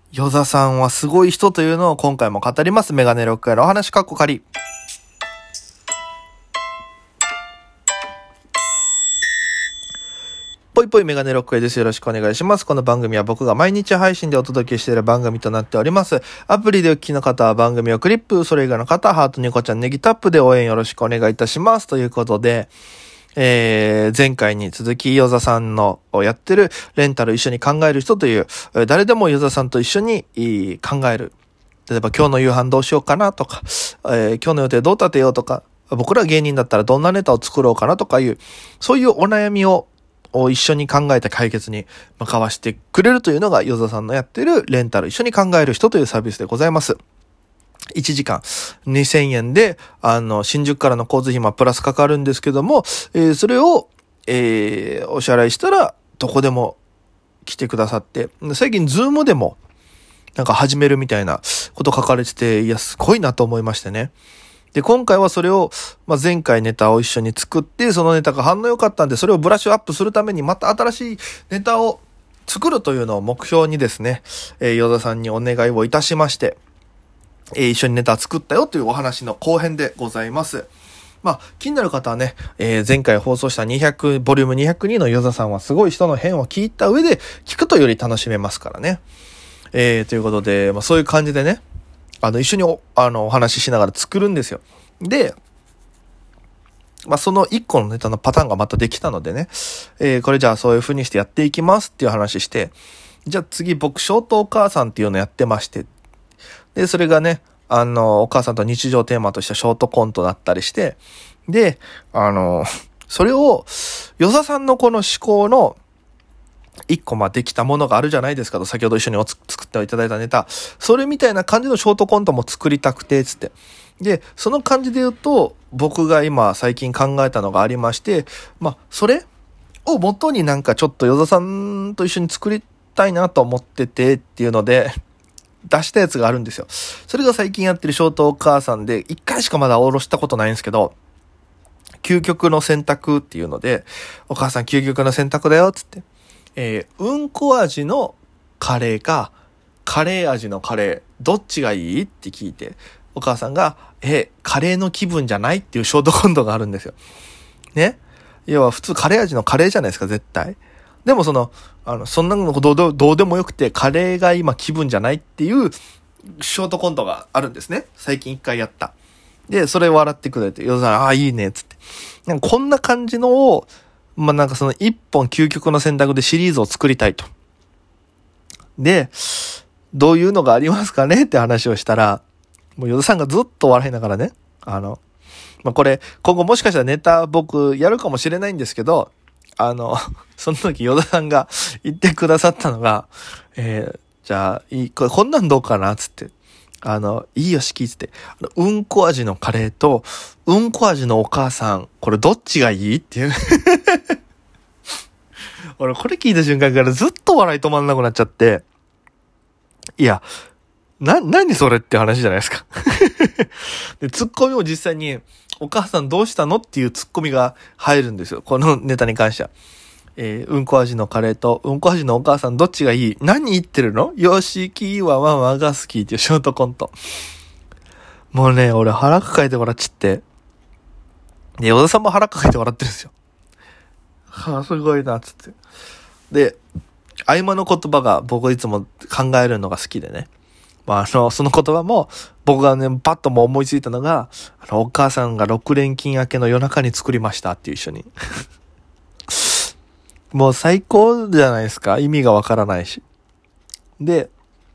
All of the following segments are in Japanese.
与座さんはすごい人というのを今回も語ります。メガネロックやのお話かっこ仮。ぽいぽいメガネロックへです。よろしくお願いします。この番組は僕が毎日配信でお届けしている番組となっております。アプリでお聞きの方は番組をクリップ、それ以外の方はハートニコちゃんネギタップで応援よろしくお願いいたします。ということで、前回に続き、与座さんのやってるレンタル一緒に考える人という、誰でも与座さんと一緒に考える。例えば今日の夕飯どうしようかなとか、今日の予定どう立てようとか、僕ら芸人だったらどんなネタを作ろうかなとかいう、そういうお悩みを一緒に考えて解決に交わしてくれるというのが与座さんのやってるレンタル一緒に考える人というサービスでございます。1時間2000円で、新宿からの交通費もプラスかかるんですけども、それを、お支払いしたら、どこでも来てくださって、最近ズームでも、なんか始めるみたいなこと書かれてて、いや、すごいなと思いましてね。で、今回はそれを、前回ネタを一緒に作って、そのネタが反応良かったんで、それをブラッシュアップするために、また新しいネタを作るというのを目標にですね、与田さんにお願いをいたしまして、一緒にネタ作ったよというお話の後編でございます。気になる方はね、前回放送したボリューム202の与座さんはすごい人の編を聞いた上で聞くとより楽しめますからね。ということで、そういう感じでね、一緒にお話ししながら作るんですよ。で、その一個のネタのパターンがまたできたのでね、これじゃあそういう風にしてやっていきますっていう話して、じゃあ次僕ショートお母さんっていうのやってまして、で、それがね、お母さんと日常テーマとしたショートコントだったりして、で、それを、与座さんのこの思考の一個できたものがあるじゃないですかと、先ほど一緒に作っていただいたネタ、それみたいな感じのショートコントも作りたくて、つって。で、その感じで言うと、僕が今最近考えたのがありまして、それを元になんかちょっと与座さんと一緒に作りたいなと思っててっていうので、出したやつがあるんですよ。それが最近やってるショートお母さんで、一回しかまだおろしたことないんですけど、究極の選択っていうので、お母さん究極の選択だよ、つって。うんこ味のカレーか、カレー味のカレー、どっちがいいって聞いて、お母さんが、カレーの気分じゃないっていうショートコントがあるんですよ。ね。要は普通カレー味のカレーじゃないですか、絶対。でもそんなのどうでもよくて、カレーが今気分じゃないっていうショートコントがあるんですね。最近一回やった。で、それ笑ってくれて、与田さん、いいね、つって。なんかこんな感じのを、なんかその一本究極の選択でシリーズを作りたいと。で、どういうのがありますかねって話をしたら、もう与田さんがずっと笑いながらね、これ、今後もしかしたらネタ僕やるかもしれないんですけど、その時与田さんが言ってくださったのが、じゃあ、こんなんどうかなつって。いいよし聞いてて、うんこ味のカレーと、うんこ味のお母さん、これどっちがいいっていう。俺これ聞いた瞬間からずっと笑い止まんなくなっちゃって、いや、何それって話じゃないですか。で、ツッコミも実際に、お母さんどうしたのっていうツッコミが入るんですよ。このネタに関しては。うんこ味のカレーと、うんこ味のお母さんどっちがいい？何言ってるの？よしきはママが好きっていうショートコント。もうね、俺腹抱えて笑っちって。で、小田さんも腹抱えて笑ってるんですよ。すごいな、つって。で、合間の言葉が僕いつも考えるのが好きでね。その言葉も、僕がね、パッとも思いついたのが、お母さんが6連勤明けの夜中に作りましたっていう一緒に。もう最高じゃないですか。意味がわからないし。で、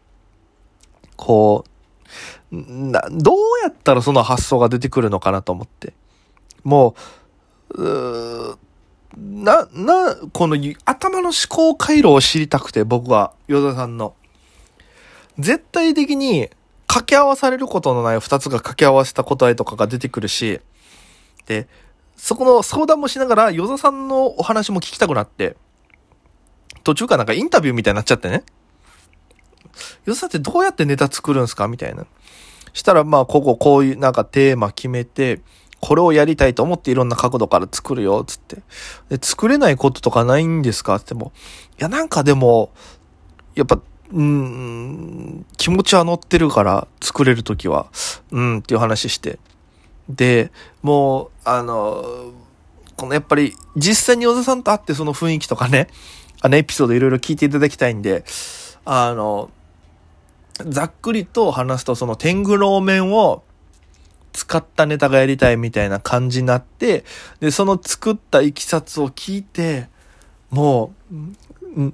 どうやったらその発想が出てくるのかなと思って。もう、この頭の思考回路を知りたくて、僕は、与田さんの。絶対的に掛け合わされることのない二つが掛け合わせた答えとかが出てくるし、で、そこの相談もしながら、与田さんのお話も聞きたくなって、途中からなんかインタビューみたいになっちゃってね。与田さんってどうやってネタ作るんすかみたいな。したらこういうなんかテーマ決めて、これをやりたいと思っていろんな角度から作るよ、つって。で、作れないこととかないんですかっても。いやなんかでも、やっぱ気持ちは乗ってるから作れるときは、っていう話して。で、もう、このやっぱり実際に与田さんと会ってその雰囲気とかね、エピソードいろいろ聞いていただきたいんで、ざっくりと話すとその天狗ローメンを使ったネタがやりたいみたいな感じになって、で、その作ったいきさつを聞いて、もう、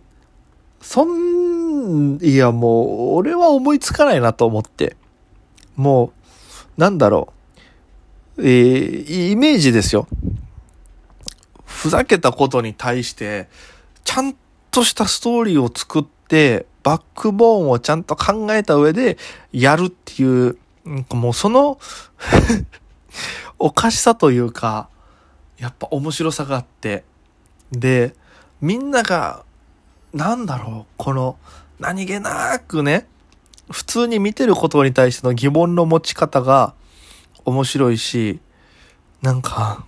いやもう、俺は思いつかないなと思って。もう、なんだろう。イメージですよ。ふざけたことに対して、ちゃんとしたストーリーを作って、バックボーンをちゃんと考えた上でやるっていう、もうそのおかしさというか、やっぱ面白さがあって。で、みんなが、なんだろう、この、何気なくね、普通に見てることに対しての疑問の持ち方が面白いし、なんか、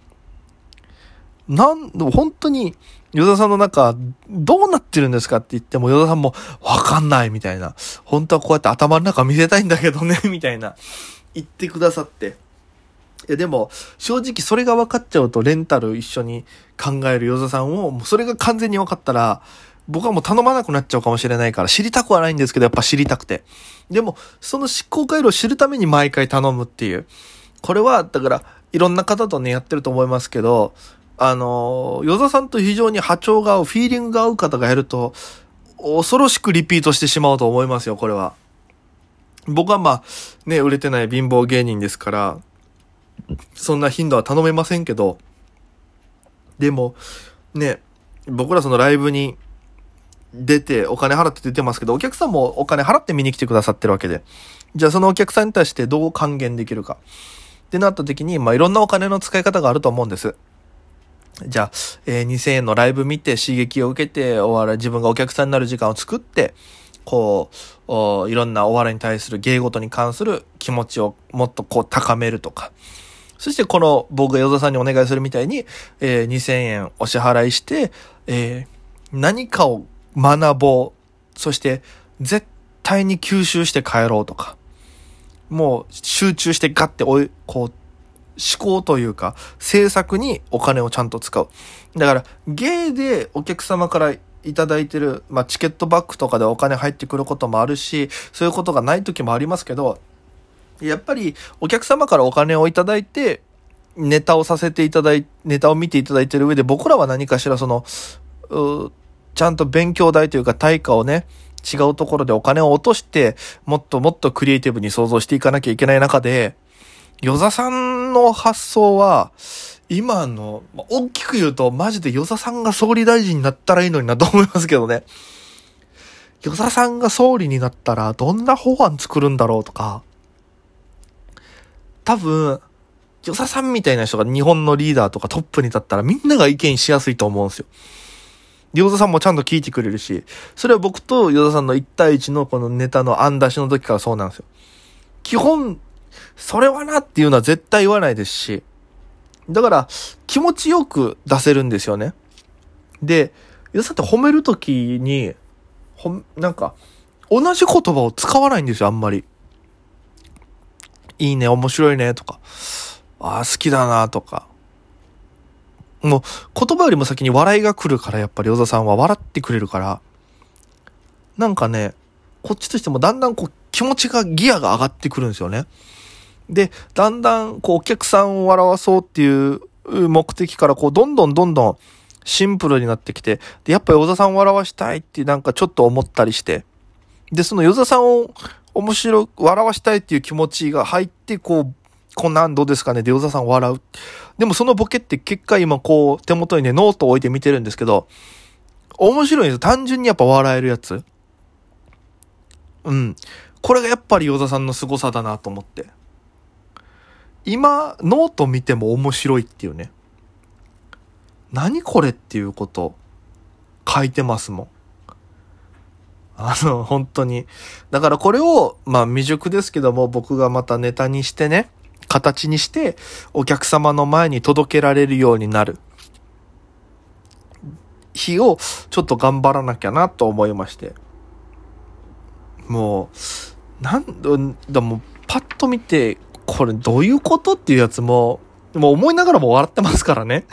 本当に、与田さんの中、どうなってるんですかって言っても、与田さんもわかんないみたいな。本当はこうやって頭の中見せたいんだけどね、みたいな。言ってくださって。いやでも、正直それが分かっちゃうと、レンタル一緒に考える与田さんを、もうそれが完全に分かったら、僕はもう頼まなくなっちゃうかもしれないから、知りたくはないんですけど、やっぱ知りたくて。でも、その執行回路を知るために毎回頼むっていう。これは、だから、いろんな方とね、やってると思いますけど、与田さんと非常に波長が合う、フィーリングが合う方がやると、恐ろしくリピートしてしまうと思いますよ、これは。僕はまあ、ね、売れてない貧乏芸人ですから、そんな頻度は頼めませんけど、でも、ね、僕らそのライブに出て、お金払って出てますけど、お客さんもお金払って見に来てくださってるわけで、じゃあそのお客さんに対してどう還元できるかってなった時に、まあいろんなお金の使い方があると思うんです。じゃあ、2000円のライブ見て刺激を受けて、自分がお客さんになる時間を作って、こう、いろんなお笑いに対する芸事に関する気持ちをもっとこう高めるとか。そしてこの僕が与田さんにお願いするみたいに、2000円お支払いして、何かを学ぼう。そして絶対に吸収して帰ろうとか。もう集中してガッてこう、思考というか、制作にお金をちゃんと使う。だから、芸でお客様からいただいてる、まあ、チケットバックとかでお金入ってくることもあるし、そういうことがない時もありますけど、やっぱりお客様からお金をいただいて、ネタを見ていただいてる上で、僕らは何かしらちゃんと勉強代というか対価をね、違うところでお金を落として、もっともっとクリエイティブに想像していかなきゃいけない中で、与田さんの発想は、今の、大きく言うと、マジで与田さんが総理大臣になったらいいのになと思いますけどね。与田さんが総理になったら、どんな法案作るんだろうとか、多分、与田さんみたいな人が日本のリーダーとかトップに立ったらみんなが意見しやすいと思うんですよ。与田さんもちゃんと聞いてくれるし、それは僕と与田さんの1対1のこのネタの案出しの時からそうなんですよ。基本、それはなっていうのは絶対言わないですし、だから気持ちよく出せるんですよね。で、与田さんって褒めるときに、なんか、同じ言葉を使わないんですよ、あんまり。いいね、面白いね、とか。好きだな、とか。もう、言葉よりも先に笑いが来るから、やっぱり与田さんは笑ってくれるから、なんかね、こっちとしてもだんだんこう、気持ちが、ギアが上がってくるんですよね。で、だんだんこう、お客さんを笑わそうっていう目的から、こう、どんどんシンプルになってきて、で、やっぱり与田さんを笑わしたいってなんかちょっと思ったりして、で、その与田さんを笑わしたいっていう気持ちが入って、こんなんどうですかねで、与田さん笑う。でもそのボケって結果今こう、手元にね、ノートを置いて見てるんですけど、面白いんですよ。単純にやっぱ笑えるやつ。うん。これがやっぱり与田さんの凄さだなと思って。今、ノート見ても面白いっていうね。何これっていうこと書いてますもん。本当に。だからこれを、まあ未熟ですけども、僕がまたネタにしてね、形にして、お客様の前に届けられるようになる日を、ちょっと頑張らなきゃなと思いまして。 もうパッと見て、これどういうことっていうやつもう思いながらも笑ってますからね。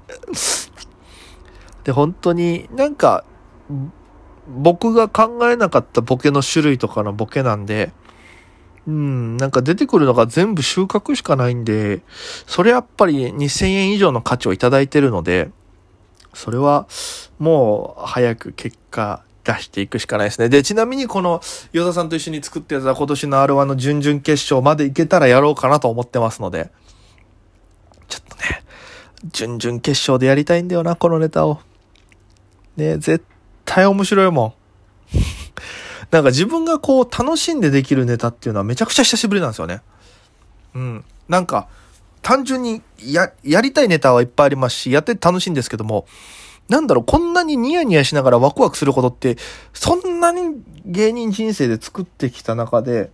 で、本当になんか、僕が考えなかったボケの種類とかのボケなんで、なんか出てくるのが全部収穫しかないんで、それやっぱり2000円以上の価値をいただいてるので、それはもう早く結果出していくしかないですね。で、ちなみにこの与田さんと一緒に作ったやつは今年の R1 の準々決勝までいけたらやろうかなと思ってますので、ちょっとね、準々決勝でやりたいんだよな、このネタを。ね、絶対面白いもん。なんか自分がこう楽しんでできるネタっていうのはめちゃくちゃ久しぶりなんですよね。なんか単純にやりたいネタはいっぱいありますし、やって楽しいんですけども、こんなにニヤニヤしながらワクワクすることって、そんなに芸人人生で作ってきた中で、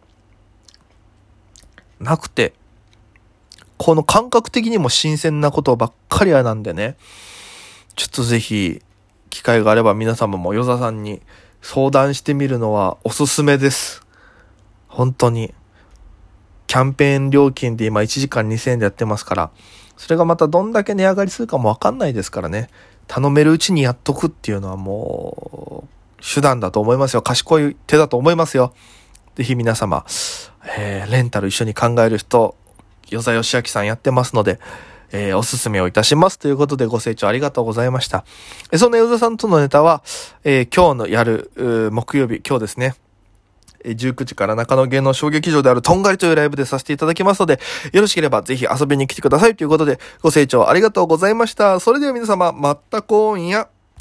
なくて、この感覚的にも新鮮なことばっかりなんでね、ちょっとぜひ、機会があれば皆様も与座さんに相談してみるのはおすすめです。本当に。キャンペーン料金で今1時間2000円でやってますから、それがまたどんだけ値上がりするかもわかんないですからね。頼めるうちにやっとくっていうのはもう手段だと思いますよ。賢い手だと思いますよ。ぜひ皆様、レンタル一緒に考える人、与座義明さんやってますので、おすすめをいたしますということでご清聴ありがとうございました。そんな与座さんとのネタは、今日のやる木曜日、今日ですね。19時から中野芸能小劇場であるとんがりというライブでさせていただきますので、よろしければぜひ遊びに来てくださいということで、ご清聴ありがとうございました。それでは皆様、また今夜。